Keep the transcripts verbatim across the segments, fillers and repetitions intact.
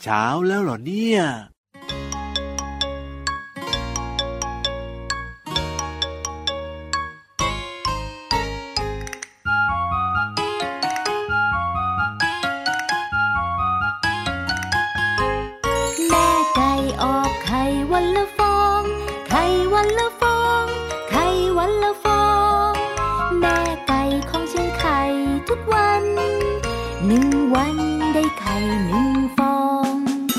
เช้าแล้วเหรอเนี่ยแม่ไก่ออกไข่วันละฟองไข่วันละฟองไข่วันละฟองแม่ไก่ของฉันไข่ทุกวันหนึ่งวันได้ไข่หนึ่งฟอง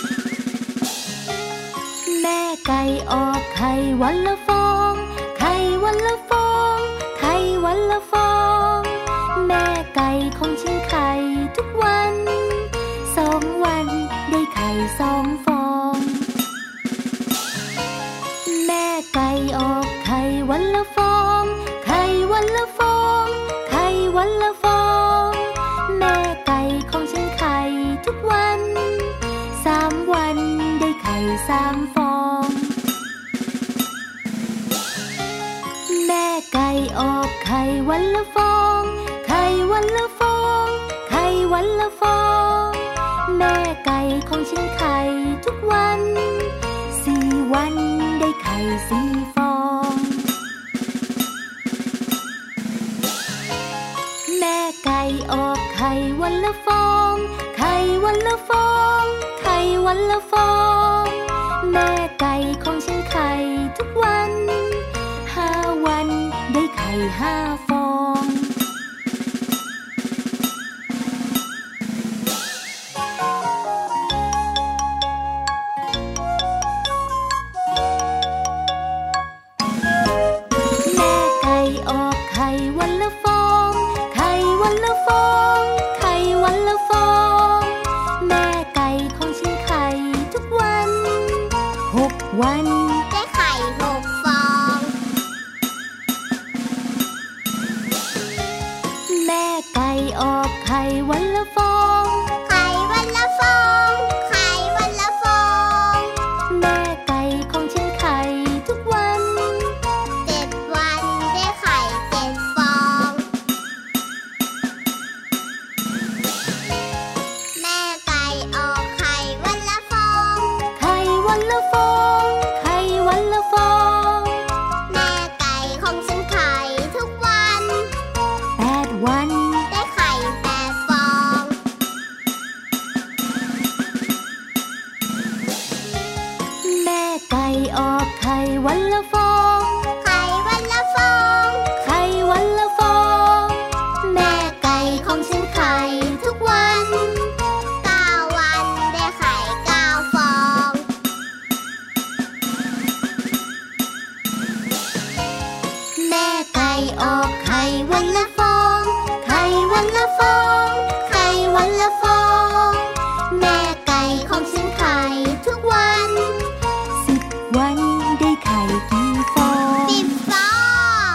แม่ไก่ออกไข่วันละฟองไข่วันละฟองไข่วันละฟองแม่ไก่ของฉันไข่ทุกวันสองวันได้ไข่สองฟองแม่ไก่ออกไข่วันละฟองไข่วันละฟองไข่วันละฟองแม่ไก่ของฉันไข่ทุกวันสามวันได้ไข่สามฟองแม่ไก่ออกไข่วันละฟองไข่วันละฟองไข่วันละฟองแม่ไก่ของฉันไข่ทุกวันสี่วันได้ไข่สี่ฟองแม่ไก่ออกไข่วันละฟองไข่วันละฟองไข่วันละฟองแม่ไก่ของฉันไข่ทุกวันห้าวันได้ไข่ห้าฟองแม่ไก่ออกไข่วันละฟองไข่วันละฟองไข่วันละฟองแม่ไก่ของฉันไข่ทุกวันหกวันได้ไข่หกฟองแม่ไก่ออกไข่วันละฟองไข่วันละฟองไข่วันละฟองแม่ไก่ของฉันไข่ทุกวันเจ็ดวันได้ไข่เจ็ดฟองแม่ไก่ออกไข่วันละฟองไข่วันละฟองไข่วันละฟองแม่ไก่ของฉันไข่ทุกวันแปดวันได้ไข่แปดฟองแม่ไก่ออกไข่วันละฟองไข่วันละฟองไข่วันละฟองแม่ไก่ของฉันไข่ทุกวันเก้าวันได้ไข่เก้าฟองแม่ไก่ออกไข่วันละฟองไข่วันละฟองไข่วันละฟองแม่ไก่ของฉันไข่ทุกวันสิบวันได้ไข่กี่ฟองสิบฟอง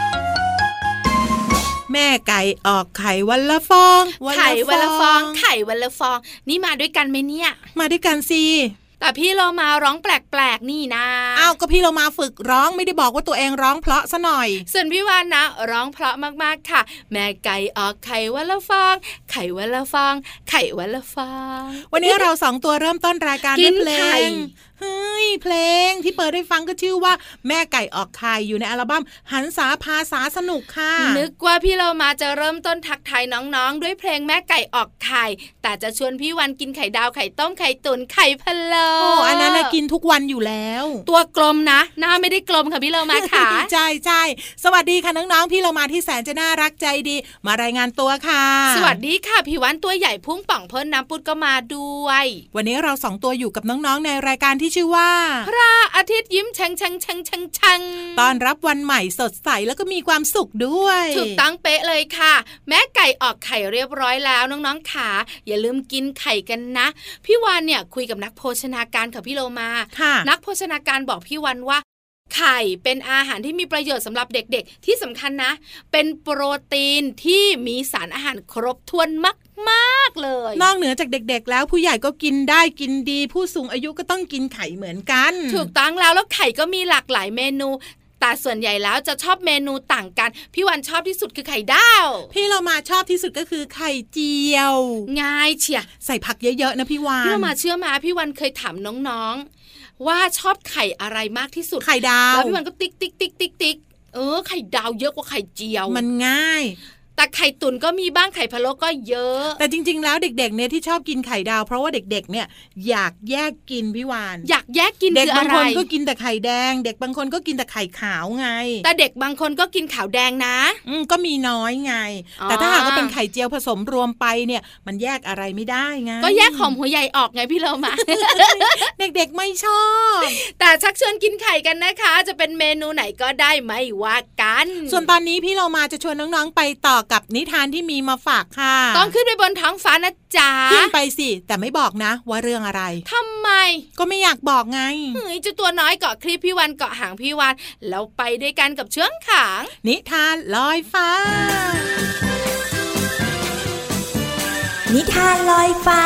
แม่ไก่ออกไข่วันละฟองไข่วันละฟองไข่วันละฟองนี่มาด้วยกันไหมเนี่ยมาด้วยกันสิแต่พี่เรามาร้องแปลกๆนี่นะอ้าวก็พี่เรามาฝึกร้องไม่ได้บอกว่าตัวเองร้องเพราะซะหน่อยส่วนพี่วานนะร้องเพราะมากๆค่ะแม่ไก่ออกไข่วันละฟองไข่วันละฟองไข่วันละฟองวันนี้เราสองตัวเริ่มต้นรายการด้วยเพลงเฮ้ยเพลงที่เปิดให้ฟังก็ชื่อว่าแม่ไก่ออกไข่อยู่ในอัลบั้มหันษาภาษาสนุกค่ะนึกว่าพี่เรามาจะเริ่มต้นทักทายน้องๆด้วยเพลงแม่ไก่ออกไข่แต่จะชวนพี่วันกินไข่ดาวไข่ต้มไข่ตุ๋นไข่พะโล้โอ้อันนั้นกินทุกวันอยู่แล้วตัวกลมนะหน้าไม่ได้กลมค่ะพี่เรามาค่ะใช่ใช่สวัสดีค่ะน้องๆพี่เรามาที่แสนจะน่ารักใจดีมารายงานตัวค่ะสวัสดีค่ะพี่วันตัวใหญ่พุ่งป่องเพิ่นน้ำปุดก็มาด้วยวันนี้เราสองตัวอยู่กับน้องๆในรายการที่ชื่อว่าพระอาทิตย์ยิ้มแฉ่งแฉ่งแฉ่งแฉ่งแฉ่งตอนรับวันใหม่สดใสแล้วก็มีความสุขด้วยถูกต้องเป๊ะเลยค่ะแม่ไก่ออกไข่เรียบร้อยแล้วน้องๆขาอย่าลืมกินไข่กันนะพี่วานเนี่ยคุยกับนักโภชนาการค่ะพี่โลมานักโภชนาการบอกพี่วันว่าไข่เป็นอาหารที่มีประโยชน์สำหรับเด็กๆที่สำคัญนะเป็นโปรตีนที่มีสารอาหารครบถ้วนมากมากเลยนอกเหนือจากเด็กๆแล้วผู้ใหญ่ก็กินได้กินดีผู้สูงอายุก็ต้องกินไข่เหมือนกันถูกต้องแล้วแล้วไข่ก็มีหลากหลายเมนู แแต่ส่วนใหญ่แล้วจะชอบเมนูต่างกันพี่วันชอบที่สุดคือไข่ดาวพี่เรามาชอบที่สุดก็คือไข่เจียวง่ายเชียใส่ผักเยอะๆนะพี่วานพี่เรามาเชื่อมาพี่วันเคยถามน้องๆว่าชอบไข่อะไรมากที่สุดไข่ดาวแล้วพี่วันก็ติ๊กติ๊กติ๊กติ๊กติ๊กเออไข่ดาวเยอะกว่าไข่เจียวมันง่ายแต่ไข่ตุ๋นก็มีบ้างไข่พะโล้ก็เยอะแต่จริงๆแล้วเด็กๆเนี่ยที่ชอบกินไข่ดาวเพราะว่าเด็กๆเนี่ยอยากแยกกินพี่วานอยากแยกกินเด็กบางคนก็กินแต่ไข่แดงเด็กบางคนก็กินแต่ไข่ขาวไงแต่เด็กบางคนก็กินขาวแดงนะอืมก็มีน้อยไงแต่ถ้าหากว่าเป็นไข่เจียวผสมรวมไปเนี่ยมันแยกอะไรไม่ได้ไงก็แยกหอมหัวใหญ่ออกไงพี่เรามาเด็กๆไม่ชอบแต่ชักชวนกินไข่กันนะคะจะเป็นเมนูไหนก็ได้ไม่ว่ากันส่วนตอนนี้พี่เรามาจะชวนน้องๆไปต่อกับนิทานที่มีมาฝากค่ะต้องขึ้นไปบนท้องฟ้านะจ๊ะขึ้นไปสิแต่ไม่บอกนะว่าเรื่องอะไรทำไมก็ไม่อยากบอกไงเฮ้ยเจ้าตัวน้อยเกาะคลิปพี่วันเกาะหางพี่วันแล้วไปด้วยกันกับเชื้องขางนิทานลอยฟ้านิทานลอยฟ้า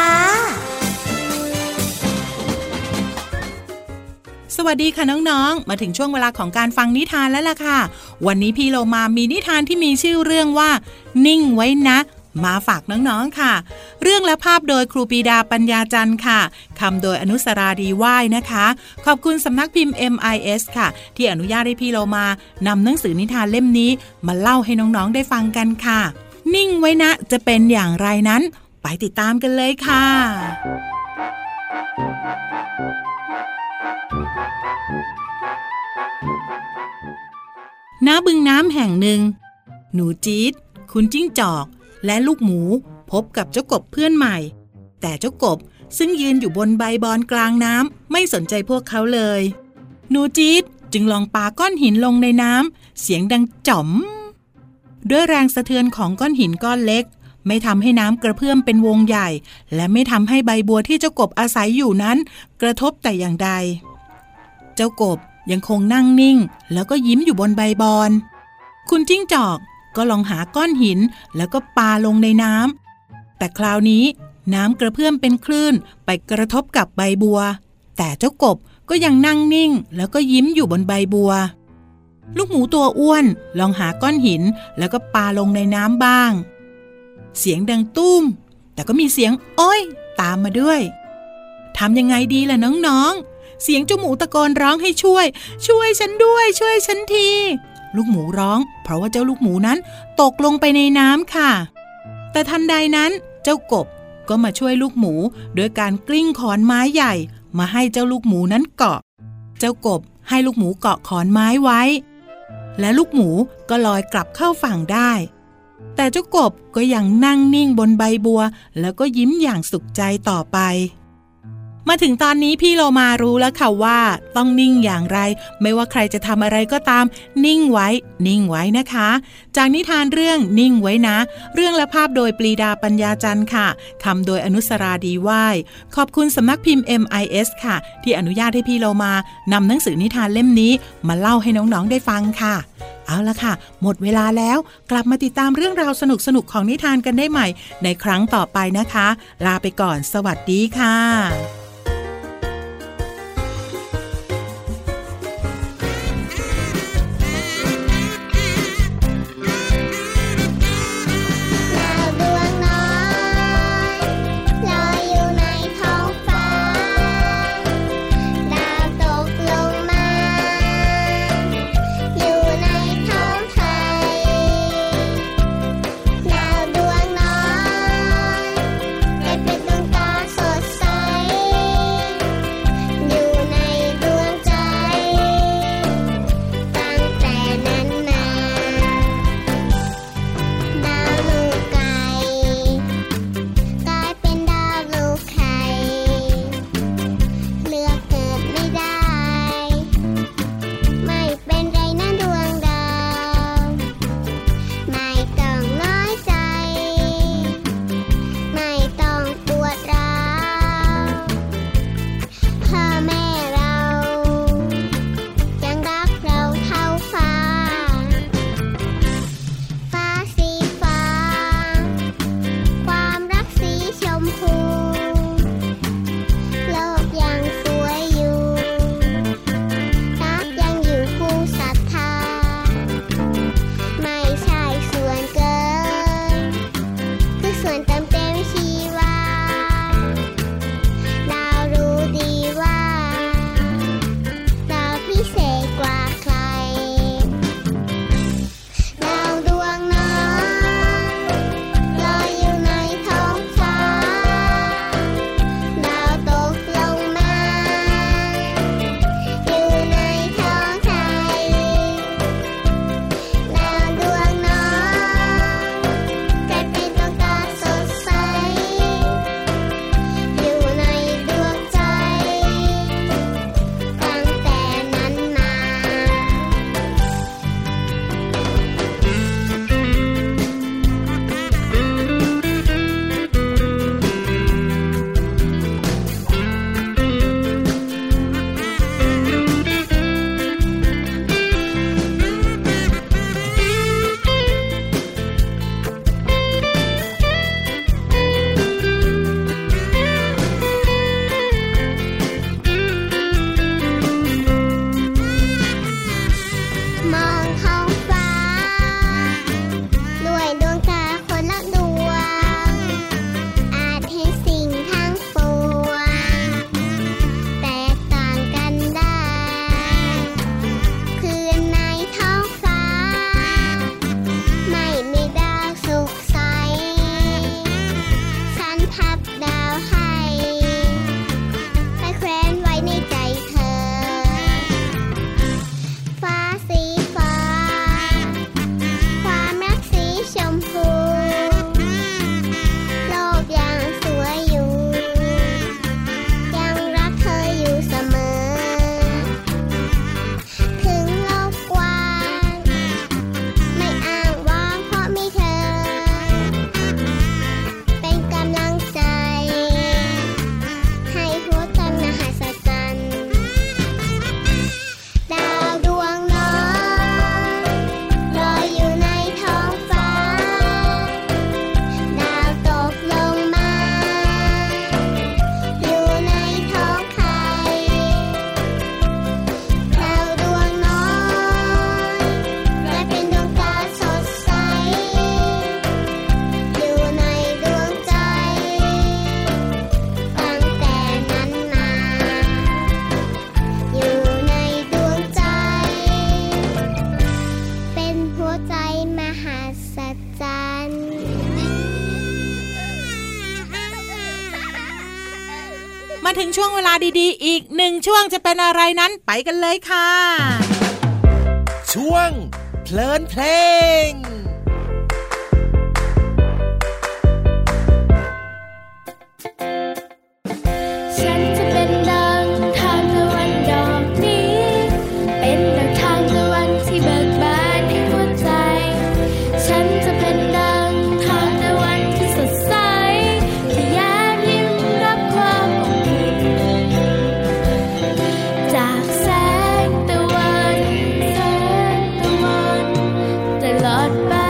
สวัสดีค่ะน้องๆมาถึงช่วงเวลาของการฟังนิทานแล้วล่ะค่ะวันนี้พี่โลมามีนิทานที่มีชื่อเรื่องว่านิ่งไว้นะมาฝากน้องๆค่ะเรื่องและภาพโดยครูปีดาปัญญาจันทร์ค่ะคำโดยอนุสราดีว่ายนะคะขอบคุณสำนักพิมพ์ เอ็ม ไอ เอส ค่ะที่อนุญาตให้พี่โลมานำหนังสือนิทานเล่มนี้มาเล่าให้น้องๆได้ฟังกันค่ะนิ่งไว้นะจะเป็นอย่างไรนั้นไปติดตามกันเลยค่ะณ บึงน้ำแห่งหนึ่งหนูจี๊ดคุณจิ้งจอกและลูกหมูพบกับเจ้ากบเพื่อนใหม่แต่เจ้ากบซึ่งยืนอยู่บนใบบอนกลางน้ำไม่สนใจพวกเขาเลยหนูจี๊ดจึงลองปาก้อนหินลงในน้ำเสียงดังจ๋อมด้วยแรงสะเทือนของก้อนหินก้อนเล็กไม่ทำให้น้ำกระเพื่อมเป็นวงใหญ่และไม่ทำให้ใบบัวที่เจ้ากบอาศัยอยู่นั้นกระทบแต่อย่างใดเจ้ากบยังคงนั่งนิ่งแล้วก็ยิ้มอยู่บนใบบอนคุณจิ้งจอกก็ลองหาก้อนหินแล้วก็ปาลงในน้ำแต่คราวนี้น้ำกระเพื่อมเป็นคลื่นไปกระทบกับใบบัวแต่เจ้ากบก็ยังนั่งนิ่งแล้วก็ยิ้มอยู่บนใบบัวลูกหมูตัวอ้วนลองหาก้อนหินแล้วก็ปาลงในน้ำบ้างเสียงดังตุ้มแต่ก็มีเสียงโอ๊ยตามมาด้วยทำยังไงดีล่ะน้องๆเสียงเจ้าหมูตะโกนร้องให้ช่วยช่วยฉันด้วยช่วยฉันทีลูกหมูร้องเพราะว่าเจ้าลูกหมูนั้นตกลงไปในน้ำค่ะแต่ทันใดนั้นเจ้ากบก็มาช่วยลูกหมูโดยการกลิ้งขอนไม้ใหญ่มาให้เจ้าลูกหมูนั้นเกาะเจ้ากบให้ลูกหมูเกาะขอนไม้ไว้และลูกหมูก็ลอยกลับเข้าฝั่งได้แต่เจ้ากบก็ยังนั่งนิ่งบนใบบัวแล้วก็ยิ้มอย่างสุขใจต่อไปมาถึงตอนนี้พี่โลมารู้แล้วค่ะว่าต้องนิ่งอย่างไรไม่ว่าใครจะทำอะไรก็ตามนิ่งไว้นิ่งไว้นะคะจากนิทานเรื่องนิ่งไว้นะเรื่องและภาพโดยปรีดาปัญญาจันทร์ค่ะคำโดยอนุสราดีว่ายขอบคุณสำนักพิมพ์ เอ็ม ไอ เอส ค่ะที่อนุญาตให้พี่โลมานำหนังสือนิทานเล่มนี้มาเล่าให้น้องๆได้ฟังค่ะเอาละค่ะหมดเวลาแล้วกลับมาติดตามเรื่องราวสนุกๆของนิทานกันได้ใหม่ในครั้งต่อไปนะคะลาไปก่อนสวัสดีค่ะดมองท้องฟ้าด้วยดวงตาคนละดวงอาจเห็นสิ่งทั้งปวงแตกต่างกันได้คืนในท้องฟ้าไม่มีดาวสุกใสฉันพับดาวให้ไปแขวนไว้ในใจเธอฟ้าสีฟ้าความรักสีชมพูโลกยังสวยอยู่ยังรักเธออยู่เสมอถึงโลกกว้างไม่อ้างว้างเพราะมีเธอเป็นกำลังใจให้หัวใจมหัศจรรย์ดาวดวงน้อยลอยอยู่ในท้องฟ้าดาวตกลงมาอยู่ในท้องไข่ดาวดวงน้อยและเป็นดวงตาสดใสอยู่ในดวงใจตั้งแต่นั้นมาอยู่ในดวงใจเป็นหัวใจมหัศจรรย์มาถึงช่วงเวลาดีๆอีกหนึ่งช่วงจะเป็นอะไรนั้นไปกันเลยค่ะช่วงเพลินเพลงฉันจะเป็นดังทานตะวันดอกนี้เป็นดังทานตะวันที่เบิกบานในหัวใจฉันจะเป็นดังทานตะวันที่สดใสที่แย้มยิ้มรับความอบอุ่นจากแสงตะวันแสงตะวันตลอดไป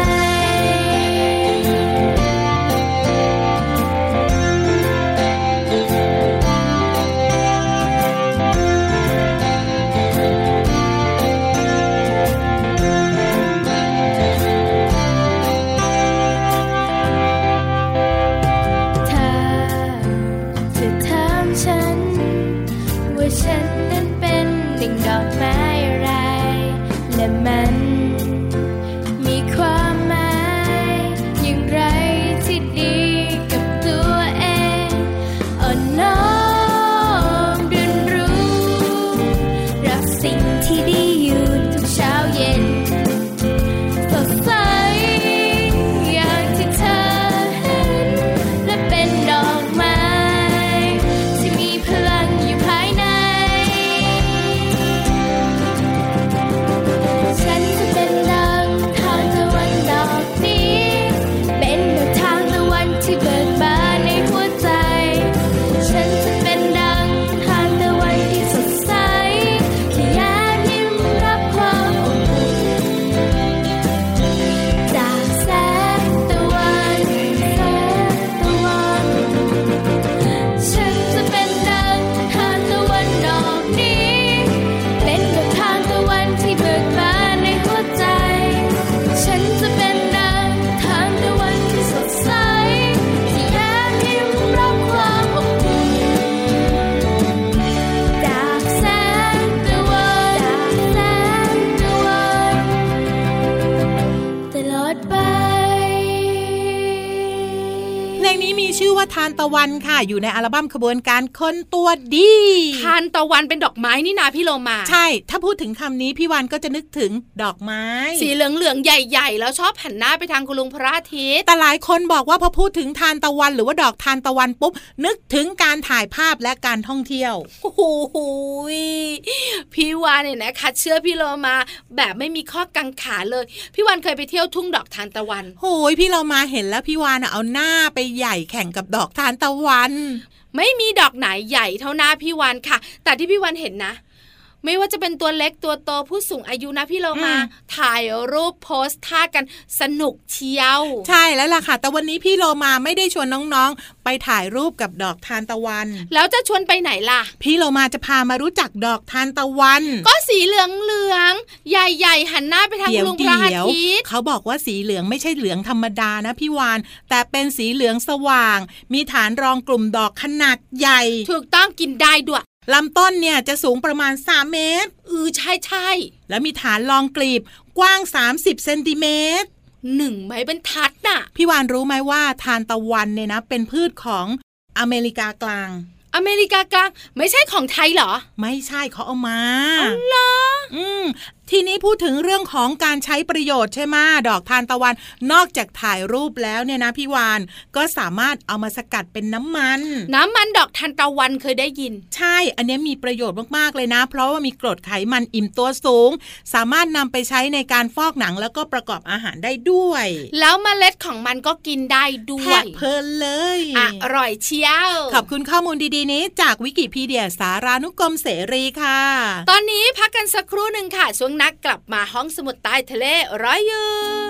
เธอจะถามฉันว่าฉันนั้นเป็นหนึ่งดอกไม้อะไรและมันมีความหมายอย่างไรที่ดีกับตัวเองอ่อนน้อมเรียนรู้รับสิ่งที่ดีอยู่ทุกเช้าเย็นสดใสอย่างที่เธอเห็นและเป็นดอกไม้ที่มีพลังอยู่ภายในฉันจะเป็นดังทางตะวันดอกนี้เป็นดอกทางตะวันที่เบิกบานในหัวใจฉันจะเป็นดังทางตะวันที่สดใสที่แย้มยิ้มรับความอบอุ่นจากแสงตะวันแสงตะวันฉันจะเป็นดังทางตะวันดอกนี้เป็นดอกทางตะวันที่เบิกบานในหัวใจฉันจะเป็นดังทางตะวันที่สดใสที่แย้มยิ้มรับความอบอุ่นจากแสงตะวันจากแสงตะวันตลอดไปเพลงนี้มีชื่อว่าทานตะวันค่ะอยู่ในอัลบั้มขบวนการคนตัวดีทานตะวันเป็นดอกไม้นี่นาพี่โลมาใช่ถ้าพูดถึงคำนี้พี่วันก็จะนึกถึงดอกไม้สีเหลืองๆใหญ่ๆแล้วชอบหันหน้าไปทางคุณลุงพระอาทิตย์แต่หลายคนบอกว่าพอพูดถึงทานตะวันหรือว่าดอกทานตะวันปุ๊บนึกถึงการถ่ายภาพและการท่องเที่ยวโอ้โหพี่วานเนี่ยนะคะเชื่อพี่โลมาแบบไม่มีข้อกังขาเลยพี่วานเคยไปเที่ยวทุ่งดอกทานตะวันโหยพี่เรามาเห็นแล้วพี่วานเอาหน้าไปใหญ่แข่งกับดอกทานตะวันไม่มีดอกไหนใหญ่เท่าหน้าพี่วานค่ะแต่ที่พี่วานเห็นนะไม่ว่าจะเป็นตัวเล็กตัวโตผู้สูงอายุนะพี่เรามาถ่ายรูปโพสท่ากันสนุกเชียวใช่แล้วล่ะค่ะแต่วันนี้พี่โลมาไม่ได้ชวนน้องๆไปถ่ายรูปกับดอกทานตะวันแล้วจะชวนไปไหนล่ะพี่โลมาจะพามารู้จักดอกทานตะวันก็สีเหลืองๆใหญ่ๆหันหน้าไปทางลุงพระอาทิตย์เขาบอกว่าสีเหลืองไม่ใช่เหลืองธรรมดานะพี่วานแต่เป็นสีเหลืองสว่างมีฐานรองกลุ่มดอกขนาดใหญ่ถูกต้องกินได้ด้วยลำต้นเนี่ยจะสูงประมาณสามเมตรเออใช่ๆและมีฐานรองกลีบกว้างสามสิบเซนติเมตรหนึ่งไม้บรรทัดน่ะพี่วานรู้ไหมว่าทานตะวันเนี่ยนะเป็นพืชของอเมริกากลางอเมริกากลางไม่ใช่ของไทยเหรอไม่ใช่เขาเอามาอ๋อเหรออืมทีนี้พูดถึงเรื่องของการใช้ประโยชน์ใช่ไหมดอกทานตะวันนอกจากถ่ายรูปแล้วเนี่ยนะพี่วานก็สามารถเอามาสกัดเป็นน้ำมันน้ำมันดอกทานตะวันเคยได้ยินใช่อันนี้มีประโยชน์มากๆเลยนะเพราะว่ามีกรดไขมันอิ่มตัวสูงสามารถนำไปใช้ในการฟอกหนังแล้วก็ประกอบอาหารได้ด้วยแล้วเมล็ดของมันก็กินได้ด้วยเพลินเลยอร่อยเชียวขอบคุณข้อมูลดีๆนี้จากวิกิพีเดียสารานุกรมเสรีค่ะตอนนี้พักกันสักครู่นึงค่ะช่วงนักกลับมาห้องสมุดใต้ทะเลรออยู่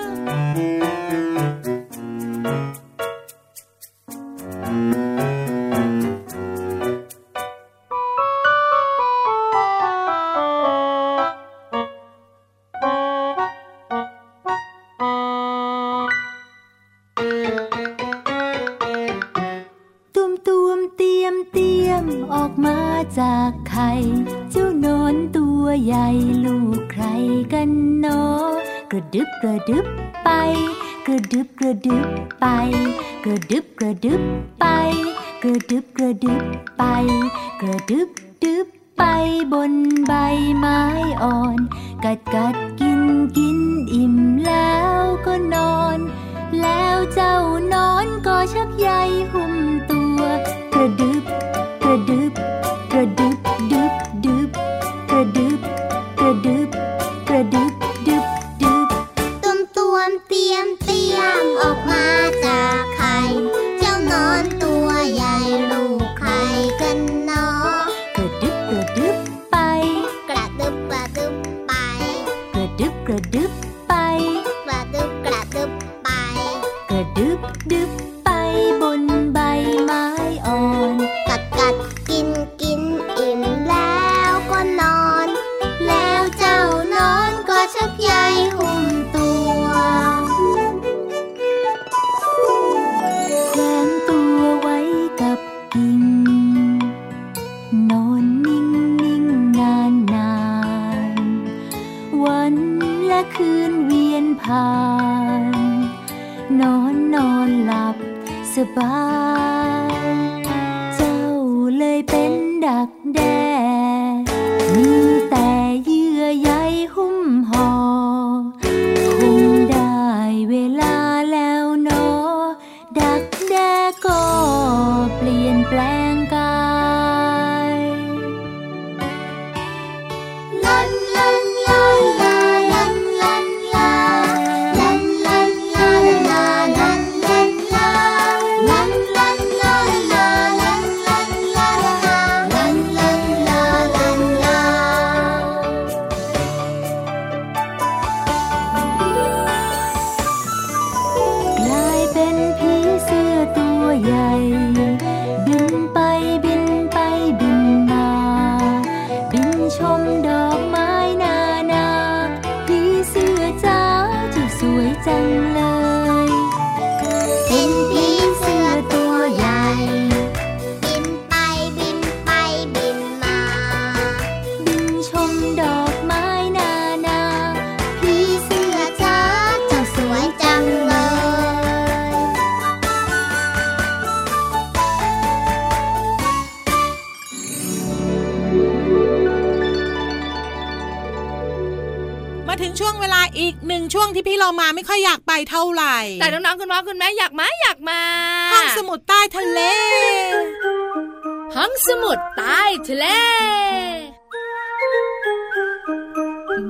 ตุ่มตุ่มเตียมเตียมออกมาจากไข่เจ้านอนตัวใหญ่ลูกใครกันเนาะกระดึบกระดึบไปกระดึบกระดึบไปกระดึบกระดึบไปกระดึบกระดึบไปกระดึบดึบไปบนใบไม้อ่อนกัดกัดกินกินอิ่มแล้วก็นอนแล้วเจ้านอนก็ชักใยหุ้มตัวกระดึบกระดึบกระดึบดึบดึบกระดึบกระดึบกระดึบดึบดึบตุ่มตุ่มเตียมเตียมออกมาจากไข่เจ้านอนตัวใหญ่ลูกใครกันเนาะกระดึบกระดึบไปกระดึบกระดึบไปกระดึบกระดึบไปกระดึบกระดึบไปกระดึบดึบไปบนใบไม้อ่อนกัดกัดกินกินอิ่มแล้วก็นอนแล้วเจ้านอนก็ชักใยหุ้มตัวแขวนตัวไว้กับกิ่งนอนนิ่งนิ่งนานนานวันและคืนเวียนผ่านนอนนอนหลับสบายเจ้าเลยเป็นดักแด้มีแต่เยื่อใยหุ้มห่อคงได้เวลาแล้วเนาะดักแด้ก็เปลี่ยนแปลงกายลันลันลาลาลันลันลาลันลันลาลาลันลันลาลันลันลาลาลันลันลาลันลันลาลันลากลายเป็นผีเสื้อตัวใหญ่บินไปบินไปบินมาบินชมดอกไม้นานาผีเสื้อจ้าจะสวยจังเลยเป็นผีเสื้อตัวใหญ่บินไปบินไปบินมาบินชมดอกไม้นานาผีเสื้อจ้าเจ้าสวยจังเลยมาถึงช่วงเวลาอีกหนึ่งช่วงที่พี่เรามาไม่ค่อยอยากไปเท่าไหร่แต่น้องๆคุณพ่อคุณแม่อยากมาอยากมาห้องสมุดใต้ทะเลห้องสมุดใต้ทะเล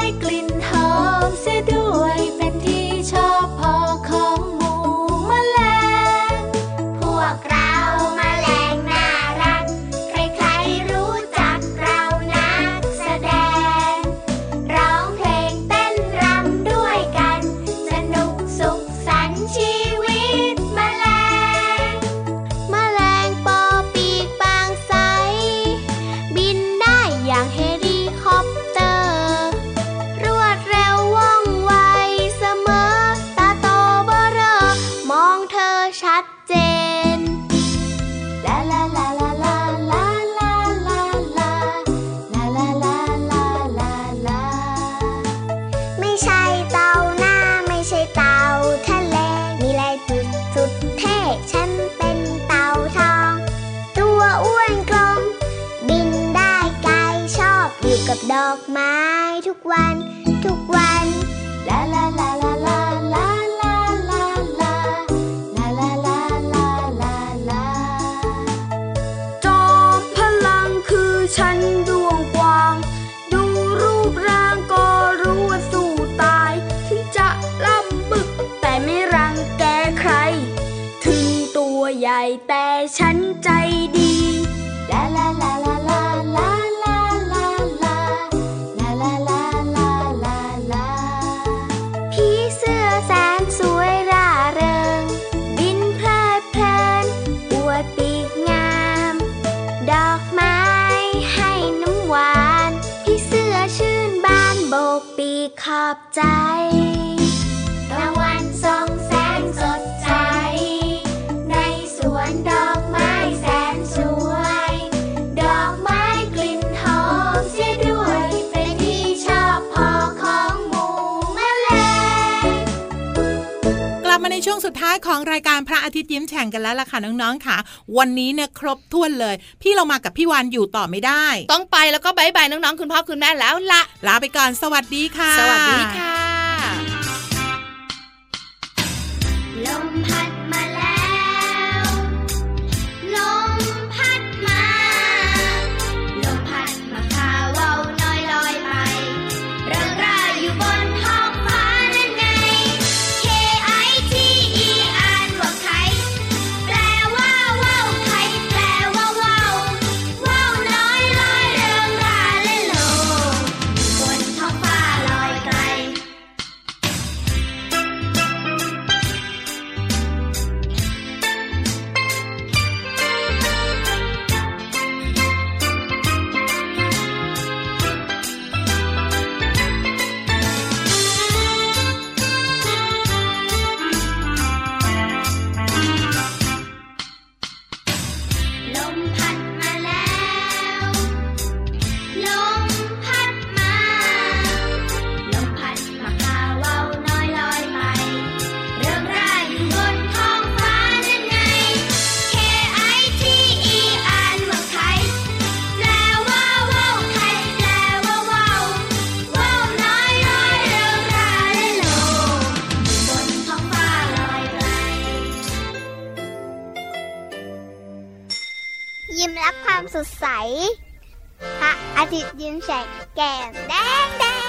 กับดอกไม้ทุกวันทุกวันลาลาลาลาลาลาลาลาลาลาลาลาลาลาลาจอมพลังคือฉันดวงกว้างดูรูปร่างก็รู้ว่าสู้ตายถึงจะล่ำบึกแต่ไม่รังแกใครถึงตัวใหญ่แต่ฉันใจดีลาลาลาลาลาลาลาลาลาลาลาลาลาลาลาผีเสื้อแสนสวยร่าเริงบินเพลิดเพลินอวดปีกงามดอกไม้ให้น้ำหวานผีเสื้อชื่นบานโบกปีกขอบใจตะวันส่องแสงสดใสในสวนดอกไม้แสนสวยดอกไม้กลิ่นหอมเสียด้วยเป็นที่ชอบพอของหมู่แมลงกลับมาในช่วงสุดท้ายของรายการพระอาทิตย์ยิ้มแฉ่งกันแล้วล่ะค่ะน้องๆค่ะวันนี้เนี่ยครบถ้วนเลยพี่เรามากับพี่วานอยู่ต่อไม่ได้ต้องไปแล้วก็บ๊ายบายน้องๆคุณพ่อคุณแม่แล้วละลาไปก่อนสวัสดีค่ะสวัสดีค่ะลมพัดมาแล้วลมพัดมาลมพัดมาพาว่าวน้อยลอยไปเริงร่าอยู่บนท้องฟ้านั่นไง เค ไอ ที อี อ่านว่าไข่แปลว่าว่าวไข่แปลว่าว่าวว่าวน้อยลอยเริงร่าเล่นโลบนท้องฟ้าลอยไกลลมพัดมาแล้วลมพัดมาลมพัดมาพาว่าวน้อยลอยไปเริงร่าอยู่บนท้องฟ้านั่นไง เค ไอ ที อี อ่านว่าไข่แปลว่าว่าวไข่แปลว่าว่าวว่าวน้อยลอยเริงร่าเล่นโลบนท้องฟ้าลอยไกลยิ้มรับความสดใสพระอาทิตย์ยิ้มแฉกแก้มแดงแดง